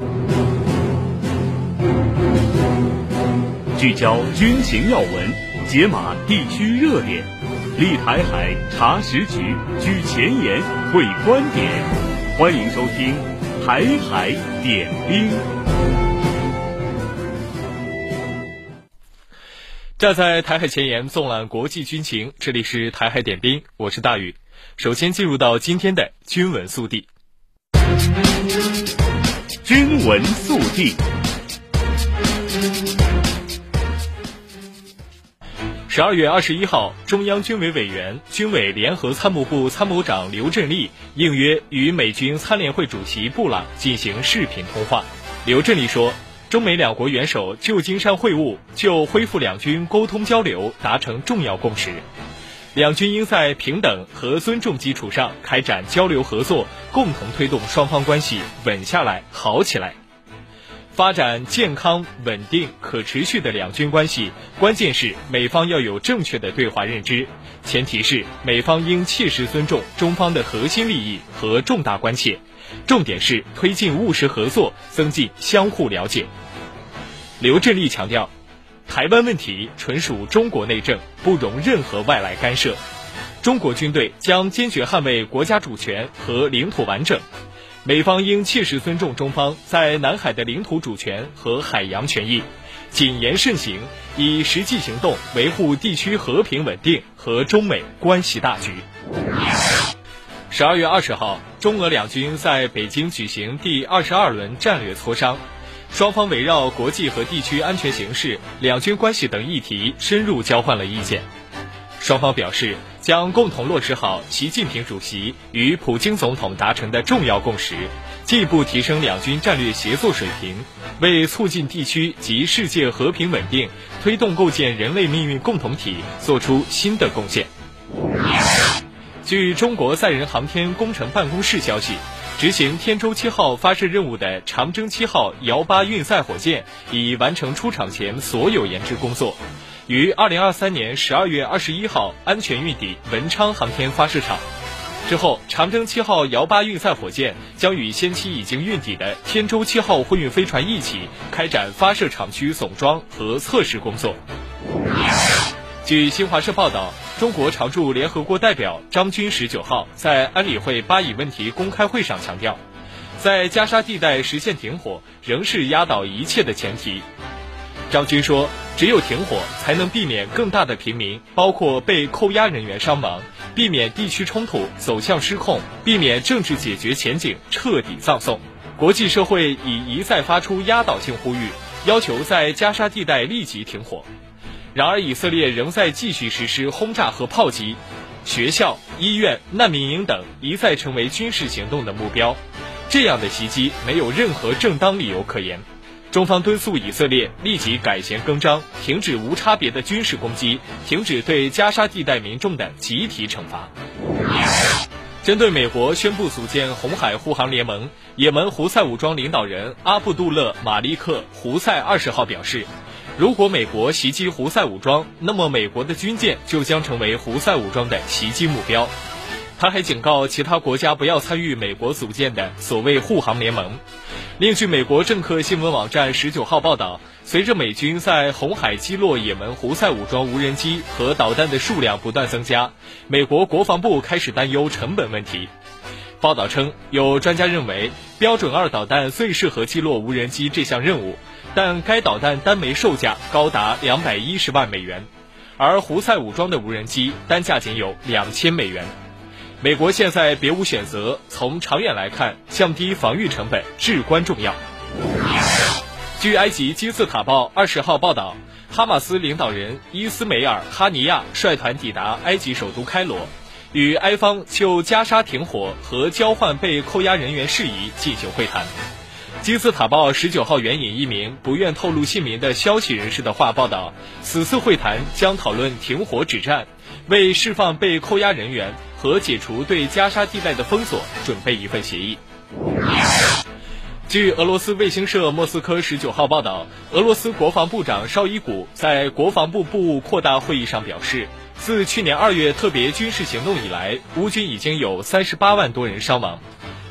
聚焦军情要闻，解码地区热点，立台海查实局，居前沿会观点。欢迎收听台海点兵。 站在台海前沿纵览国际军情，这里是台海点兵，我是大宇。首先进入到今天的军闻速递。 军闻速递。 12月21号，中央军委委员、军委联合参谋部参谋长刘振立应约与美军参联会主席布朗进行视频通话。刘振立说，中美两国元首旧金山会晤就恢复两军沟通交流达成重要共识，两军应在平等和尊重基础上开展交流合作，共同推动双方关系稳下来、好起来。发展健康、稳定、可持续的两军关系，关键是美方要有正确的对华认知，前提是美方应切实尊重中方的核心利益和重大关切，重点是推进务实合作，增进相互了解。刘振立强调，台湾问题纯属中国内政，不容任何外来干涉，中国军队将坚决捍卫国家主权和领土完整，美方应切实尊重中方在南海的领土主权和海洋权益，谨言慎行，以实际行动维护地区和平稳定和中美关系大局。12月20号，中俄两军在北京举行第22轮战略磋商，双方围绕国际和地区安全形势、两军关系等议题深入交换了意见。双方表示，将共同落实好习近平主席与普京总统达成的重要共识，进一步提升两军战略协作水平，为促进地区及世界和平稳定、推动构建人类命运共同体作出新的贡献。据中国载人航天工程办公室消息，执行天舟7号发射任务的长征7号遥8运载火箭已完成出厂前所有研制工作，于2023年12月21号安全运抵文昌航天发射场。之后，长征7号遥8运载火箭将与先期已经运抵的天舟7号货运飞船一起开展发射场区总装和测试工作。据新华社报道，中国常驻联合国代表张军19号在安理会巴以问题公开会上强调，在加沙地带实现停火仍是压倒一切的前提。张军说，只有停火才能避免更大的平民，包括被扣押人员伤亡，避免地区冲突走向失控，避免政治解决前景彻底葬送。国际社会已一再发出压倒性呼吁，要求在加沙地带立即停火。然而以色列仍在继续实施轰炸和炮击，学校、医院、难民营等一再成为军事行动的目标，这样的袭击没有任何正当理由可言。中方敦促以色列立即改弦更张，停止无差别的军事攻击，停止对加沙地带民众的集体惩罚。针对美国宣布组建红海护航联盟，也门胡塞武装领导人阿布杜勒·马利克·胡塞20号表示，如果美国袭击胡塞武装，那么美国的军舰就将成为胡塞武装的袭击目标。他还警告其他国家不要参与美国组建的所谓护航联盟。另据美国政客新闻网站19号报道，随着美军在红海击落也门胡塞武装无人机和导弹的数量不断增加，美国国防部开始担忧成本问题。报道称，有专家认为标准2导弹最适合击落无人机这项任务，但该导弹单枚售价高达210万美元，而胡塞武装的无人机单价仅有2000美元。美国现在别无选择，从长远来看，降低防御成本至关重要。据埃及金字塔报20号报道，哈马斯领导人伊斯梅尔·哈尼亚率团抵达埃及首都开罗，与埃方就加沙停火和交换被扣押人员事宜进行会谈。金字塔报19号援引一名不愿透露姓名的消息人士的话报道，此次会谈将讨论停火止战，为释放被扣押人员和解除对加沙地带的封锁准备一份协议。据俄罗斯卫星社莫斯科19号报道，俄罗斯国防部长绍伊古在国防部部务扩大会议上表示，自去年2月特别军事行动以来，乌军已经有38万多人伤亡。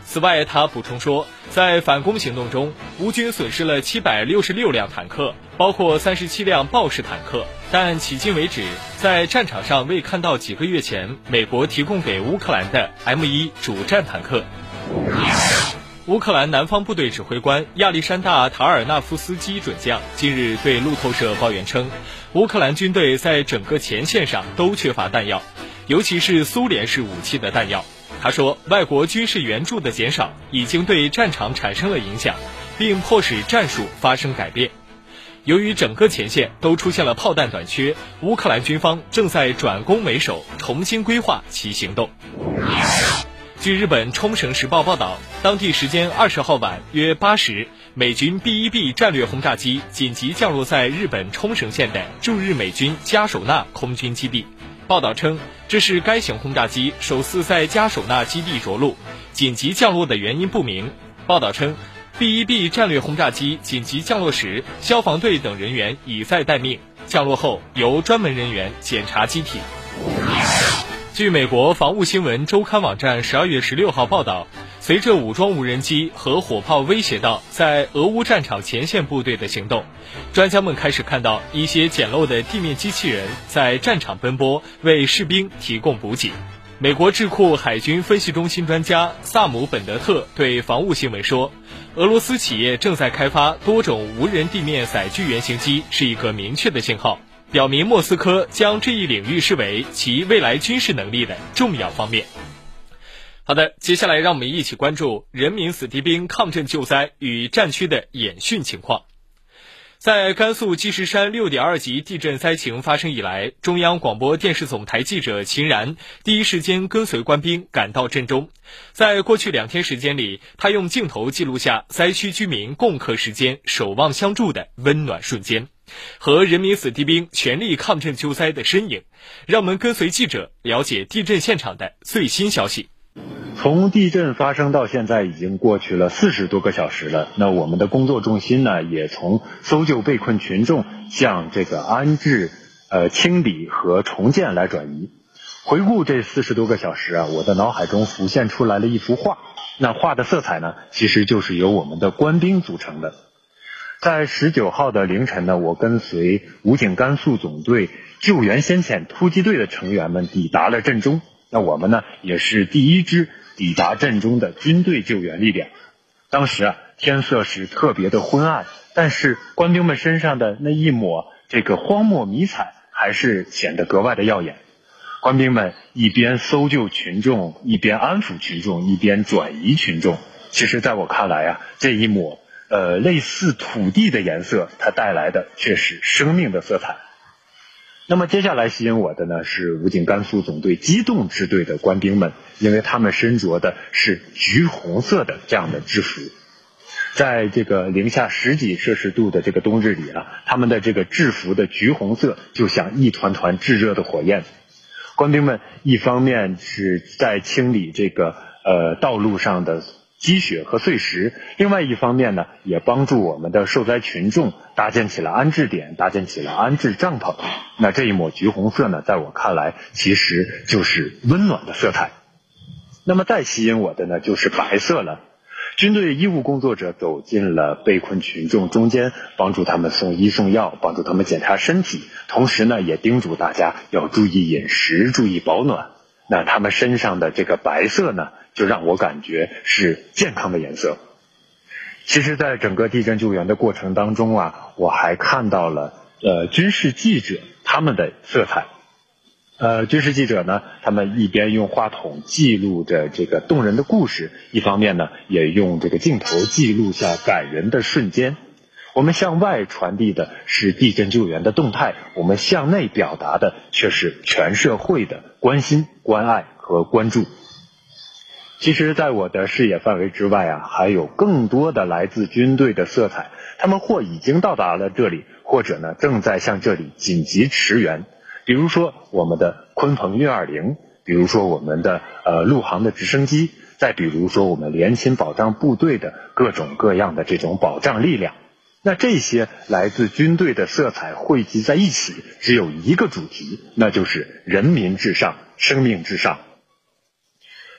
此外，他补充说，在反攻行动中，吴军损失了766辆坦克，包括37辆豹式坦克，但迄今为止，在战场上未看到几个月前美国提供给乌克兰的 M1 主战坦克。乌克兰南方部队指挥官亚历山大·塔尔纳夫斯基准将近日对路透社抱怨称，乌克兰军队在整个前线上都缺乏弹药，尤其是苏联式武器的弹药。他说，外国军事援助的减少已经对战场产生了影响，并迫使战术发生改变。由于整个前线都出现了炮弹短缺，乌克兰军方正在转攻为守，重新规划其行动。据日本冲绳时报报道，当地时间20号晚约8时，美军 B-1B 战略轰炸机紧急降落在日本冲绳县的驻日美军加手纳空军基地。报道称，这是该型轰炸机首次在加手纳基地着陆，紧急降落的原因不明。报道称， B-1B 战略轰炸机紧急降落时，消防队等人员已在待命，降落后由专门人员检查机体。据美国防务新闻周刊网站12月16号报道，随着武装无人机和火炮威胁到在俄乌战场前线部队的行动，专家们开始看到一些简陋的地面机器人在战场奔波，为士兵提供补给。美国智库海军分析中心专家萨姆·本德特对防务新闻说，俄罗斯企业正在开发多种无人地面载具原型机是一个明确的信号，表明莫斯科将这一领域视为其未来军事能力的重要方面。好的，接下来让我们一起关注人民子弟兵抗震救灾与战区的演训情况。在甘肃积石山6.2级地震灾情发生以来，中央广播电视总台记者秦然第一时间跟随官兵赶到震中。在过去2天时间里，他用镜头记录下灾区居民共克时艰、守望相助的温暖瞬间，和人民子弟兵全力抗震救灾的身影。让我们跟随记者了解地震现场的最新消息。 从地震发生到现在已经过去了40多个小时了，那我们的工作重心呢，也从搜救被困群众向这个安置、清理和重建来转移。回顾这40多个小时啊，我的脑海中浮现出来了一幅画，那画的色彩呢，其实就是由我们的官兵组成的。在19号的凌晨呢，我跟随武警甘肃总队救援先遣突击队的成员们抵达了震中。那我们呢，也是第一支抵达震中的军队救援力量。当时啊，天色是特别的昏暗，但是官兵们身上的那一抹这个荒漠迷彩还是显得格外的耀眼。官兵们一边搜救群众，一边安抚群众，一边转移群众。其实在我看来啊，这一抹类似土地的颜色，它带来的却是生命的色彩。那么接下来吸引我的呢，是武警甘肃总队机动支队的官兵们，因为他们身着的是橘红色的这样的制服。在这个零下10几摄氏度的这个冬日里啊，他们的这个制服的橘红色就像一团团炙热的火焰。官兵们一方面是在清理这个道路上的积雪和碎石，另外一方面呢，也帮助我们的受灾群众搭建起了安置点，搭建起了安置帐篷。那这一抹橘红色呢，在我看来其实就是温暖的色彩。那么再吸引我的呢，就是白色了。军队医务工作者走进了被困群众中间，帮助他们送医送药，帮助他们检查身体，同时呢，也叮嘱大家要注意饮食，注意保暖。那他们身上的这个白色呢，就让我感觉是健康的颜色。其实在整个地震救援的过程当中啊，我还看到了军事记者他们的色彩。军事记者呢，他们一边用话筒记录着这个动人的故事，一方面呢，也用这个镜头记录下感人的瞬间。我们向外传递的是地震救援的动态，我们向内表达的却是全社会的关心、关爱和关注。其实在我的视野范围之外啊，还有更多的来自军队的色彩，他们或已经到达了这里，或者呢正在向这里紧急驰援。比如说我们的鲲鹏运20，比如说我们的陆航的直升机，再比如说我们联勤保障部队的各种各样的这种保障力量。那这些来自军队的色彩汇集在一起，只有一个主题，那就是人民至上，生命至上。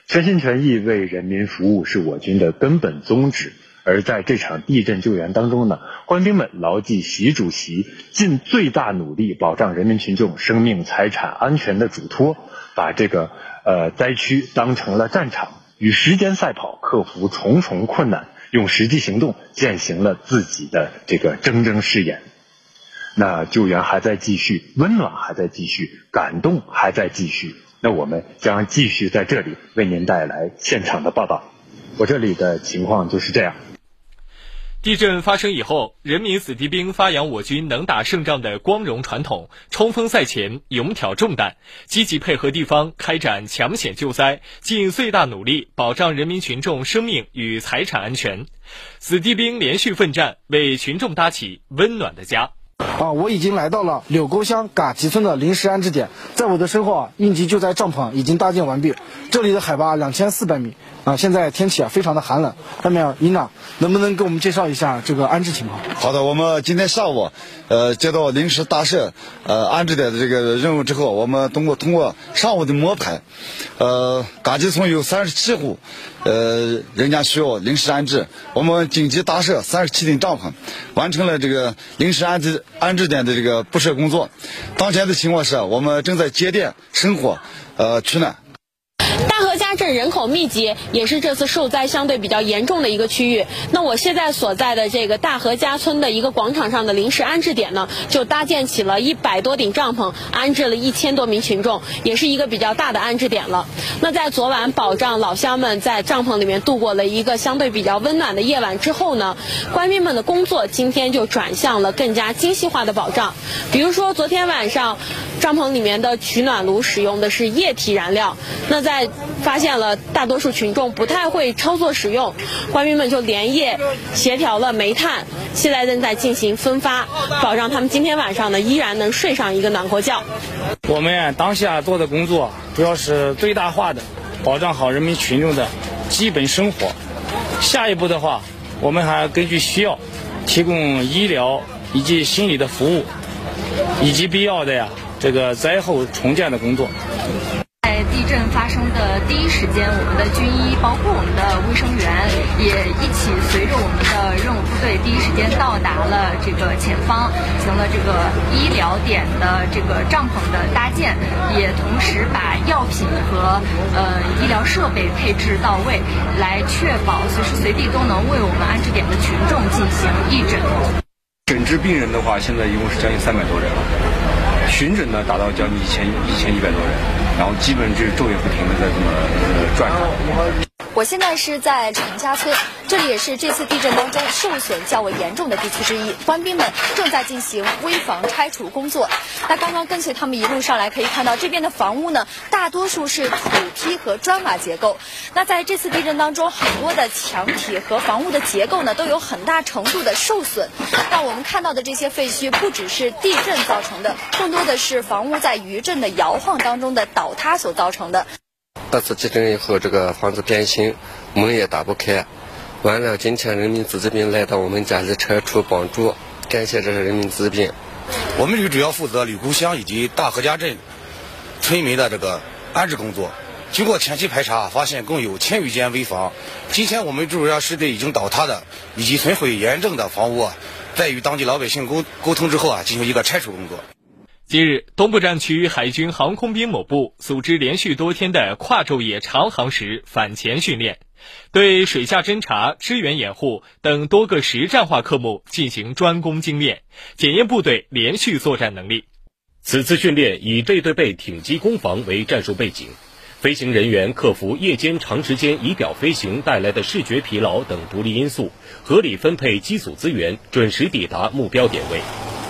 全心全意为人民服务是我军的根本宗旨。而在这场地震救援当中呢，官兵们牢记习主席尽最大努力保障人民群众生命财产安全的嘱托，把这个灾区当成了战场，与时间赛跑，克服重重困难，用实际行动践行了自己的这个铮铮誓言。那救援还在继续，温暖还在继续，感动还在继续。那我们将继续在这里为您带来现场的报道。我这里的情况就是这样。 地震发生以后，人民子弟兵发扬我军能打胜仗的光荣传统，冲锋在前，勇挑重担，积极配合地方开展抢险救灾，尽最大努力保障人民群众生命与财产安全。子弟兵连续奋战，为群众搭起温暖的家。 我已经来到了柳沟乡嘎集村的临时安置点，在我的身后应急救灾帐篷已经搭建完毕，这里的海拔2400米。现在天气非常的寒冷。下面营长能不能给我们介绍一下这个安置情况？ 好的，我们今天上午接到临时搭设安置点的这个任务之后，我们通过上午的摸排，嘎集村有37户人家需要临时安置，我们紧急搭设37顶帐篷，完成了这个临时安置点的这个布设工作。当前的情况是我们正在接电生火取暖。 大河家镇人口密集，也是这次受灾相对比较严重的一个区域。那我现在所在的这个大河家村的一个广场上的临时安置点呢，就搭建起了100多顶帐篷，安置了1000多名群众，也是一个比较大的安置点了。那在昨晚保障老乡们在帐篷里面度过了一个相对比较温暖的夜晚之后呢，官兵们的工作今天就转向了更加精细化的保障。比如说昨天晚上帐篷里面的取暖炉使用的是液体燃料，那在发现了大多数群众不太会操作使用，官兵们就连夜协调了煤炭，现在正在进行分发，保障他们今天晚上呢依然能睡上一个暖和觉。 我们当下做的工作主要是最大化的保障好人民群众的基本生活。下一步的话，我们还根据需要提供医疗以及心理的服务，以及必要的这个灾后重建的工作。 在地震发生的第一时间，我们的军医包括我们的卫生员也一起随着我们的任务部队第一时间到达了这个前方，进行了这个医疗点的这个帐篷的搭建，也同时把药品和医疗设备配置到位，来确保随时随地都能为我们安置点的群众进行义诊。 诊治病人的话，现在一共是将近300多人了，巡诊呢达到将近1100多人，然后基本就是昼夜不停的在这么转着。 我现在是在陈家村，这里也是这次地震当中受损较为严重的地区之一，官兵们正在进行危房拆除工作。那刚刚跟随他们一路上来，可以看到这边的房屋呢，大多数是土坯和砖瓦结构。那在这次地震当中，很多的墙体和房屋的结构呢，都有很大程度的受损。那我们看到的这些废墟，不只是地震造成的，更多的是房屋在余震的摇晃当中的倒塌所造成的。 这次地震以后，这个房子变形，门也打不开。完了，今天人民子弟兵来到我们家里拆除帮助，感谢这些人民子弟兵。 我们就主要负责柳沟乡以及大河家镇村民的这个安置工作。经过前期排查，发现共有1000余间危房。今天我们主要是对已经倒塌的以及损毁严重的房屋，在与当地老百姓沟通之后进行一个拆除工作。 近日，东部战区海军航空兵某部组织连续多天的跨昼夜长航时反潜训练，对水下侦察、支援掩护等多个实战化科目进行专攻精练，检验部队连续作战能力。 此次训练以背对背挺击攻防为战术背景，飞行人员克服夜间长时间仪表飞行带来的视觉疲劳等不利因素，合理分配机组资源，准时抵达目标点位。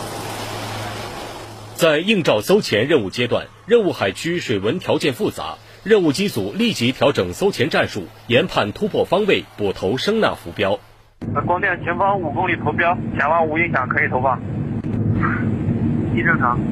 在应召搜潜任务阶段，任务海区水文条件复杂，任务机组立即调整搜潜战术，研判突破方位，捕投声呐浮标。 光电前方5公里投标，前方无影响，可以投放。一正常。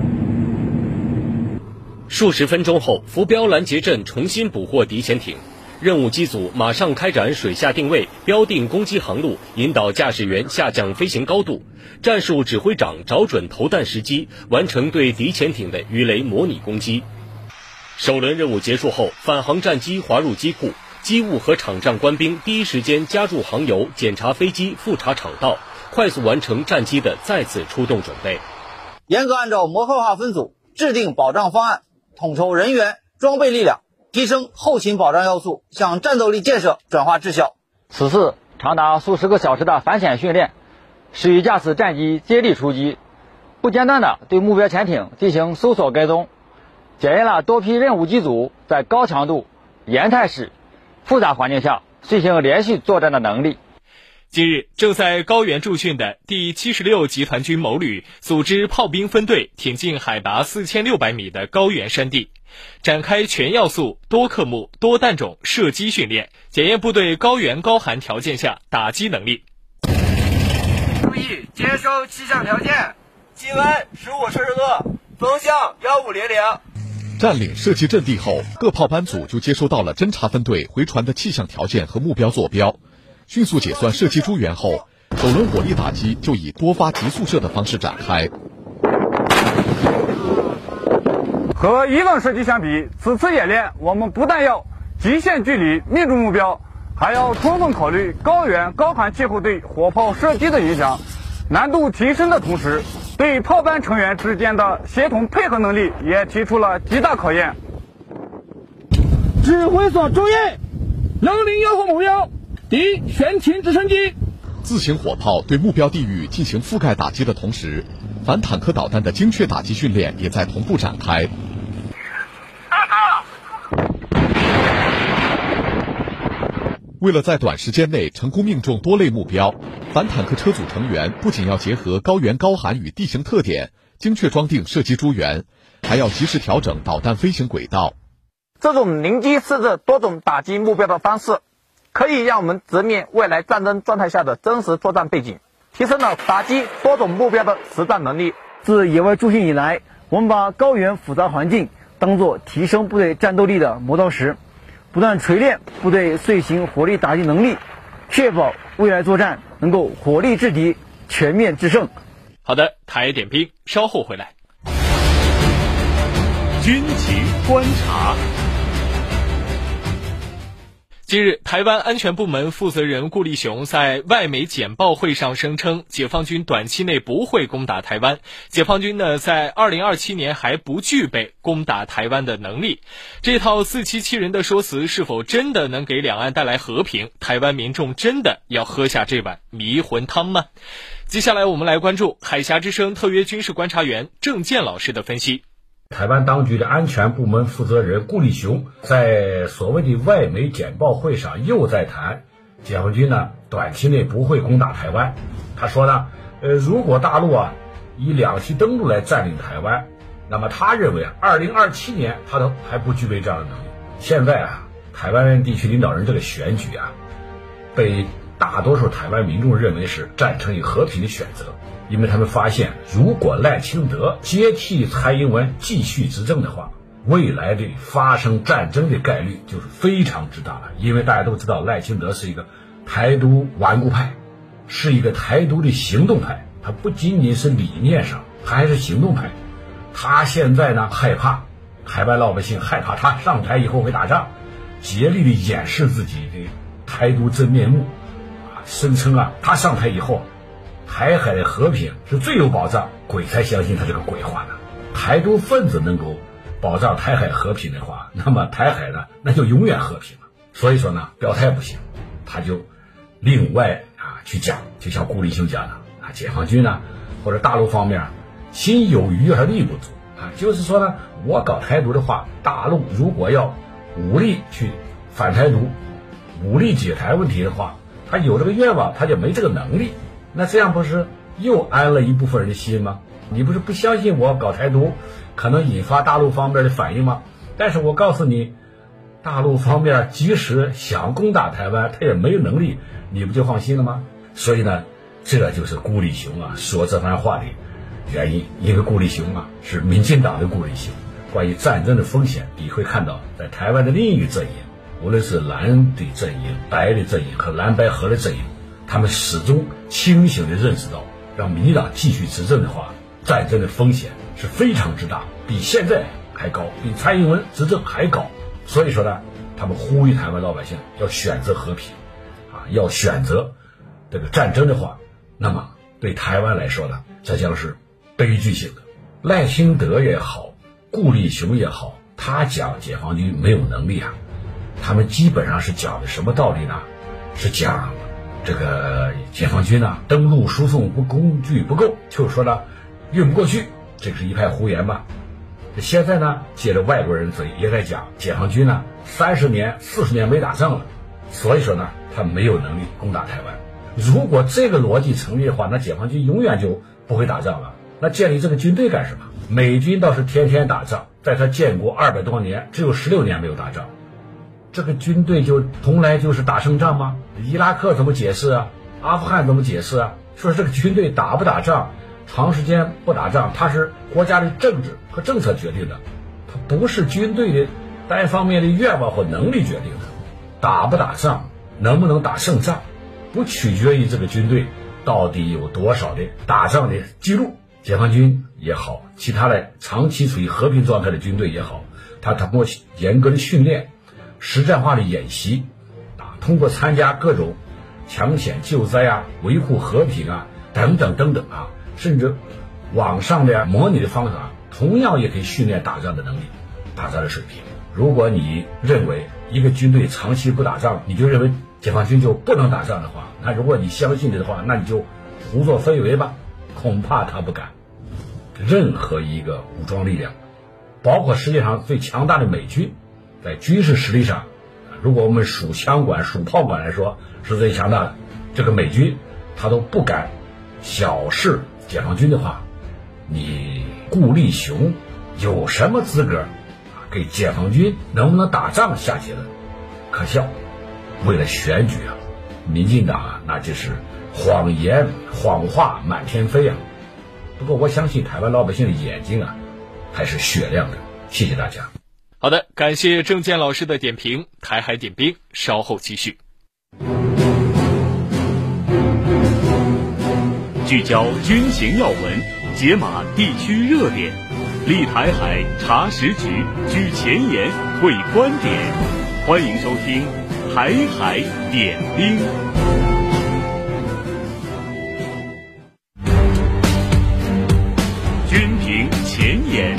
数十分钟后，浮标拦截阵重新捕获敌潜艇，任务机组马上开展水下定位，标定攻击航路，引导驾驶员下降飞行高度。战术指挥长找准投弹时机，完成对敌潜艇的鱼雷模拟攻击。 首轮任务结束后，返航战机滑入机库，机务和场站官兵第一时间加入航油，检查飞机，复查场道，快速完成战机的再次出动准备。 严格按照模块化分组，制定保障方案，统筹人员、装备力量，提升后勤保障要素，向战斗力建设转化质效。 此次长达数十个小时的反潜训练，使鱼架次战机接力出击，不间断地对目标潜艇进行搜索跟踪，检验了多批任务机组在高强度、严态势、复杂环境下进行连续作战的能力。 近日，正在高原驻训的第76集团军某旅组织炮兵分队挺进海拔4600米的高原山地，展开全要素、多科目、多弹种射击训练，检验部队高原高寒条件下打击能力。 注意接收气象条件，气温15摄氏度，风向1500。 占领射击阵地后，各炮班组就接收到了侦察分队回传的气象条件和目标坐标。迅速解算射击诸元后，首轮火力打击就以多发急速射的方式展开。 和以往射击相比，此次演练我们不但要极限距离命中目标，还要充分考虑高原高寒气候对火炮射击的影响，难度提升的同时，对炮班成员之间的协同配合能力也提出了极大考验。指挥所注意，能领要后目标敌舷勤直升机。 自行火炮对目标地域进行覆盖打击的同时，反坦克导弹的精确打击训练也在同步展开。为了在短时间内成功命中多类目标，反坦克车组成员不仅要结合高原高寒与地形特点，精确装订射击诸元，还要及时调整导弹飞行轨道。 这种临机设置多种打击目标的方式，可以让我们直面未来战争状态下的真实作战背景，提升了打击多种目标的实战能力。 自野外驻训以来，我们把高原复杂环境当作提升部队战斗力的磨刀石，不断锤炼部队遂行火力打击能力，确保未来作战能够火力制敌，全面制胜。 好的，台点兵，稍后回来。 军情观察。 近日，台湾安全部门负责人顾立雄在外媒简报会上声称，解放军短期内不会攻打台湾。解放军呢，在2027年还不具备攻打台湾的能力。这套自欺欺人的说辞，是否真的能给两岸带来和平？台湾民众真的要喝下这碗迷魂汤吗？接下来我们来关注海峡之声特约军事观察员郑健老师的分析。 台湾当局的安全部门负责人顾立雄在所谓的外媒简报会上又在谈解放军呢短期内不会攻打台湾。他说呢，如果大陆以两栖登陆来占领台湾，那么他认为2027年他都还不具备这样的能力。现在台湾地区领导人这个选举被大多数台湾民众认为是战争与和平的选择。因为他们发现，如果赖清德接替蔡英文继续执政的话，未来的发生战争的概率就是非常之大了。因为大家都知道，赖清德是一个台独顽固派，是一个台独的行动派，他不仅仅是理念上，他还是行动派。他现在呢害怕台湾老百姓害怕他上台以后会打仗，竭力的掩饰自己的台独真面目，声称他上台以后台海的和平是最有保障，鬼才相信他这个鬼话呢。台独分子能够保障台海和平的话，那么台海呢那就永远和平了。所以说呢，表态不行，他就另外去讲，就像顾立雄讲的解放军呢或者大陆方面心有余而力不足就是说呢，我搞台独的话，大陆如果要武力去反台独，武力解台问题的话，他有这个愿望，他就没这个能力。那这样不是又安了一部分人的心吗？你不是不相信我搞台独可能引发大陆方面的反应吗？但是我告诉你，大陆方面即使想攻打台湾，他也没有能力，你不就放心了吗？所以呢，这就是顾立雄说这番话的原因。因为顾立雄是民进党的顾立雄，关于战争的风险，你会看到在台湾的另一个阵营，无论是蓝的阵营、白的阵营和蓝白合的阵营，他们始终清醒地认识到，让民进党继续执政的话，战争的风险是非常之大，比现在还高，比蔡英文执政还高。所以说呢，他们呼吁台湾老百姓要选择和平，要选择这个战争的话，那么对台湾来说呢，这将是悲剧性的。赖清德也好，顾立雄也好，他讲解放军没有能力啊，他们基本上是讲的什么道理呢？是讲这个解放军呢登陆输送工具不够，就是说呢运不过去，这是一派胡言吧。现在呢借着外国人嘴也在讲解放军呢30年40年没打仗了，所以说呢他没有能力攻打台湾。如果这个逻辑成立的话，那解放军永远就不会打仗了。那建立这个军队干什么？美军倒是天天打仗，在他建国200多年，只有16年没有打仗。这个军队就从来就是打胜仗吗？伊拉克怎么解释啊？阿富汗怎么解释啊？说这个军队打不打仗，长时间不打仗，它是国家的政治和政策决定的，它不是军队的单方面的愿望或能力决定的。打不打仗，能不能打胜仗，不取决于这个军队到底有多少的打仗的记录。解放军也好，其他的长期处于和平状态的军队也好，他通过严格的训练、实战化的演习通过参加各种抢险救灾啊、维护和平啊等等等等啊，甚至网上的模拟的方法，同样也可以训练打仗的能力、打仗的水平。如果你认为一个军队长期不打仗，你就认为解放军就不能打仗的话，那如果你相信的话，那你就胡作非为吧，恐怕他不敢。任何一个武装力量，包括世界上最强大的美军，在军事实力上，如果我们数枪管、数炮管来说，是最强大的。这个美军他都不敢小视解放军的话，你顾立雄有什么资格给解放军能不能打仗下结论？可笑！为了选举啊，民进党啊，那就是谎言、谎话满天飞啊。不过我相信台湾老百姓的眼睛啊，还是雪亮的。谢谢大家。 好的，感谢郑健老师的点评。台海点兵，稍后继续。 聚焦军情要闻，解码地区热点，立台海查实局，居前沿，会观点。欢迎收听台海点兵。军评前沿，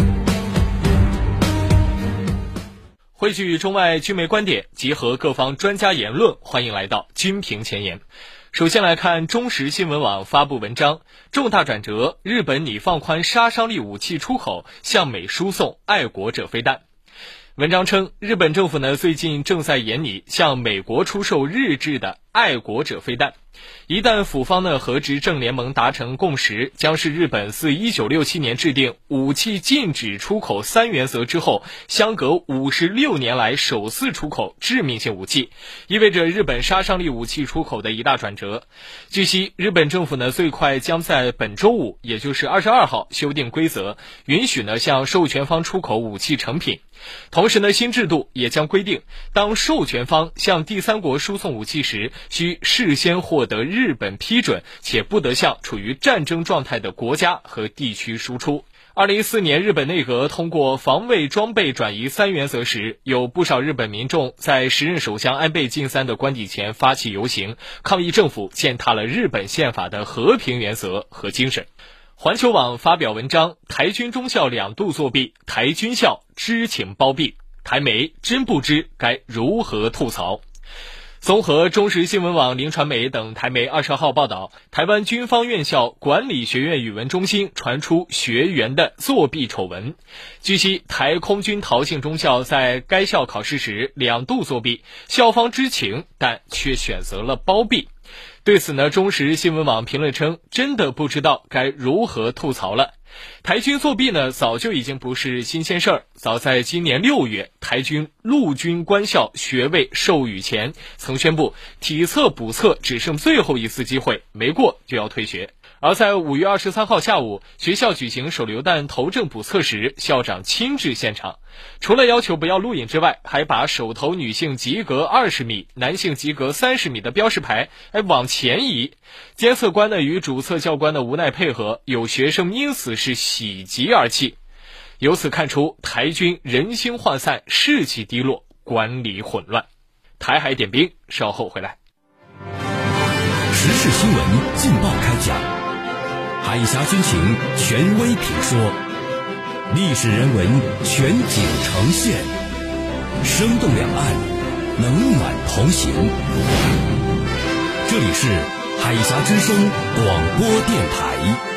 汇聚中外军媒观点，集合各方专家言论，欢迎来到军评前沿。首先来看中时新闻网发布文章，重大转折，日本拟放宽杀伤力武器出口，向美输送爱国者飞弹。文章称，日本政府最近正在研拟向美国出售日制的爱国者飞弹。一旦府方和执政联盟达成共识，将是日本自1967年制定武器禁止出口3原则之后，相隔56年来首次出口致命性武器，意味着日本杀伤力武器出口的一大转折。据悉，日本政府最快将在本周五，也就是22号修订规则，允许向授权方出口武器成品。同时新制度也将规定，当授权方向第三国输送武器时，需事先获得日本批准，且不得向处于战争状态的国家和地区输出。2014年日本内阁通过防卫装备转移3原则时，有不少日本民众在时任首相安倍晋三的官邸前发起游行，抗议政府践踏了日本宪法的和平原则和精神。环球网发表文章，台军中校2度作弊，台军校知情包庇，台媒真不知该如何吐槽。综合中时新闻网、零传媒等台媒20号报道，台湾军方院校管理学院语文中心传出学员的作弊丑闻。据悉，台空军陶姓中校在该校考试时2度作弊，校方知情，但却选择了包庇。对此中时新闻网评论称，真的不知道该如何吐槽了。台军作弊早就已经不是新鲜事儿，早在今年6月，台军陆军官校学位授予前曾宣布体测补测只剩最后一次机会，没过就要退学。而在5月23号下午，学校举行手榴弹投掷补测时，校长亲至现场，除了要求不要录影之外，还把手投女性及格20米、男性及格30米的标识牌往前移。监测官与主测教官的无奈配合，有学生因此是喜极而泣。 由此看出台军人心涣散，士气低落，管理混乱。台海点兵，稍后回来。 时事新闻劲爆开讲，海峡军情权威评说，历史人文全景呈现，生动两岸，冷暖同行。这里是海峡之声广播电台。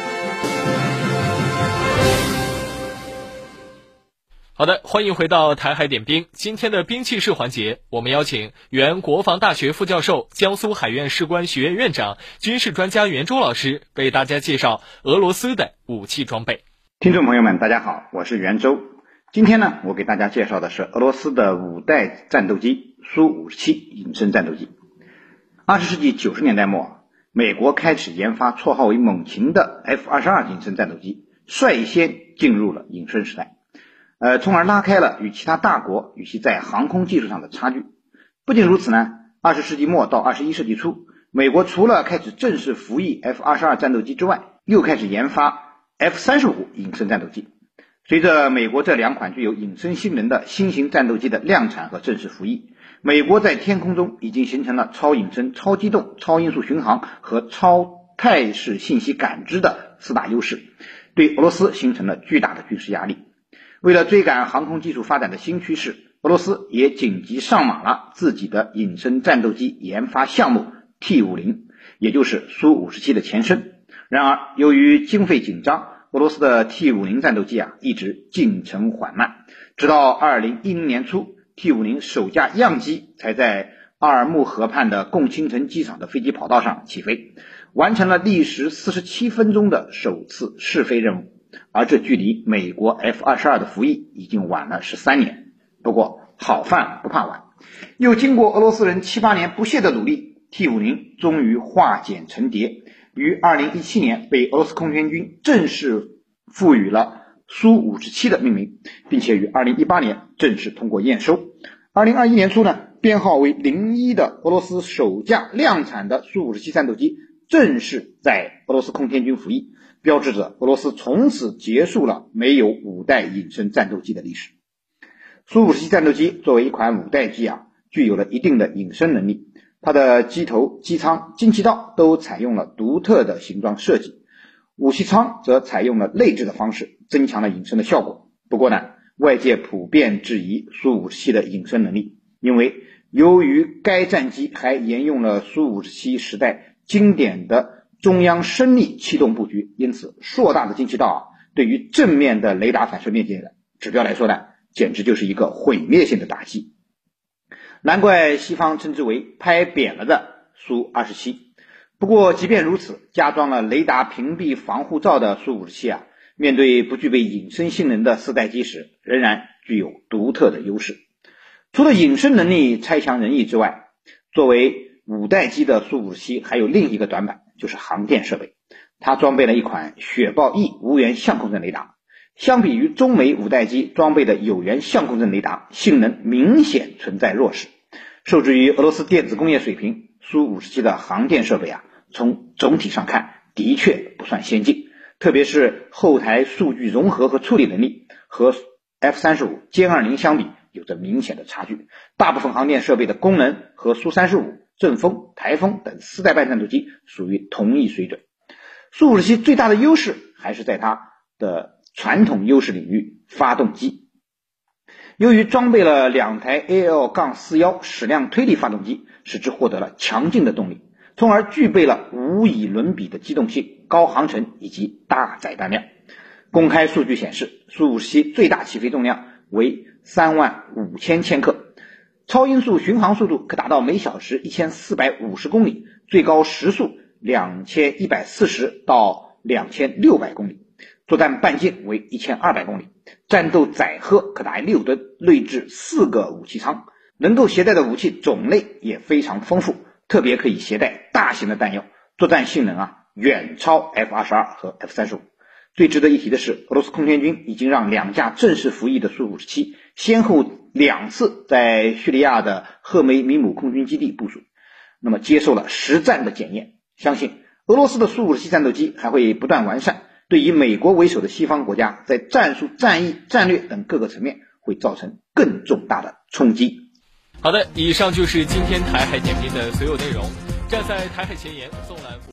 好的，欢迎回到台海点兵。今天的兵器室环节，我们邀请原国防大学副教授、江苏海院士官学院院长、军事专家袁周老师为大家介绍俄罗斯的武器装备。 听众朋友们，大家好，我是袁周。今天呢，我给大家介绍的是俄罗斯的5代战斗机苏57隐身战斗机。20世纪90年代末，美国开始研发绰号为猛禽的 F-22隐身战斗机，率先进入了隐身时代。从而拉开了与其他大国与其在航空技术上的差距。不仅如此呢，20世纪末到21世纪初，美国除了开始正式服役 F-22战斗机之外，又开始研发 F-35隐身战斗机。随着美国这2款具有隐身性能的新型战斗机的量产和正式服役，美国在天空中已经形成了超隐身、超机动、超音速巡航和超态势信息感知的4大优势，对俄罗斯形成了巨大的军事压力。为了追赶航空技术发展的新趋势，俄罗斯也紧急上马了自己的隐身战斗机研发项目 T-50， 也就是苏57的前身。然而，由于经费紧张，俄罗斯的 T-50 战斗机一直进程缓慢，直到2010年初 T-50 首架样机才在阿尔木河畔的共青城机场的飞机跑道上起飞，完成了历时47分钟的首次试飞任务。而这距离美国 F-22 的服役已经晚了13年。不过好饭不怕晚，又经过俄罗斯人7、8年不懈的努力， T-50 终于化茧成蝶，于2017年被俄罗斯空军军正式赋予了苏57的命名，并且于2018年正式通过验收。2021年初呢，编号为01的俄罗斯首架量产的苏57战斗机正式在俄罗斯空天军服役，标志着俄罗斯从此结束了没有5代隐身战斗机的历史。苏57战斗机作为一款5代机具有了一定的隐身能力，它的机头、机舱、进气道都采用了独特的形状设计，武器舱则采用了内置的方式，增强了隐身的效果。不过呢，外界普遍质疑苏57的隐身能力，因为由于该战机还沿用了苏57时代经典的中央升力气动布局，因此硕大的进气道对于正面的雷达反射面积的指标来说呢，简直就是一个毁灭性的打击。难怪西方称之为拍扁了的苏27。不过即便如此，加装了雷达屏蔽防护罩的苏57面对不具备隐身性能的4代机时，仍然具有独特的优势。除了隐身能力差强人意之外，作为5代机的苏57还有另一个短板，就是航电设备。它装备了一款雪豹 E 无源相控阵雷达，相比于中美5代机装备的有源相控阵雷达，性能明显存在弱势。受制于俄罗斯电子工业水平，苏57的航电设备从总体上看的确不算先进，特别是后台数据融合和处理能力和 F-35 歼20相比有着明显的差距。大部分航电设备的功能和苏35、阵风、台风等4代半战斗机属于同一水准。苏57最大的优势还是在它的传统优势领域——发动机。由于装备了2台 AL-41 矢量推力发动机，使之获得了强劲的动力，从而具备了无以伦比的机动性、高航程以及大载弹量。公开数据显示，苏57最大起飞重量为35000千克，超音速巡航速度可达到每小时1450公里，最高时速2140到2600公里，作战半径为1200公里，战斗载荷可达6吨，内置4个武器舱，能够携带的武器种类也非常丰富，特别可以携带大型的弹药，作战性能远超 F-22 和 F-35。最值得一提的是，俄罗斯空天军已经让2架正式服役的苏57先后2次在叙利亚的赫梅米姆空军基地部署，那么接受了实战的检验。相信俄罗斯的苏57战斗机还会不断完善，对对以美国为首的西方国家在战术、战役、战略等各个层面会造成更重大的冲击。 好的，以上就是今天台海点评的所有内容。站在台海前沿，纵览